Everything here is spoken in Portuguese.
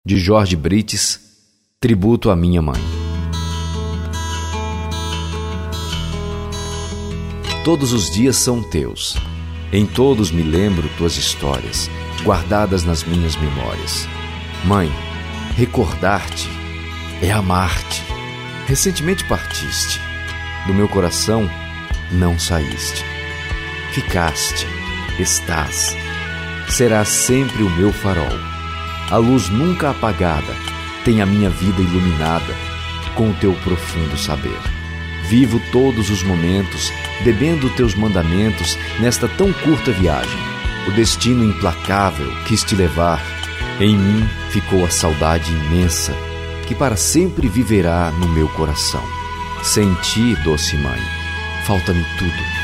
de Jorge Brites, tributo à minha mãe. Todos os dias são teus. Em todos me lembro tuas histórias, guardadas nas minhas memórias. Mãe, recordar-te é amar-te. Recentemente partiste. Do meu coração não saíste. Ficaste, estás. Serás sempre o meu farol. A luz nunca apagada tem a minha vida iluminada com o teu profundo saber. Vivo todos os momentos, bebendo teus mandamentos nesta tão curta viagem. O destino implacável quis te levar. Em mim ficou a saudade imensa, que para sempre viverá no meu coração. Sem ti, doce mãe, falta-me tudo.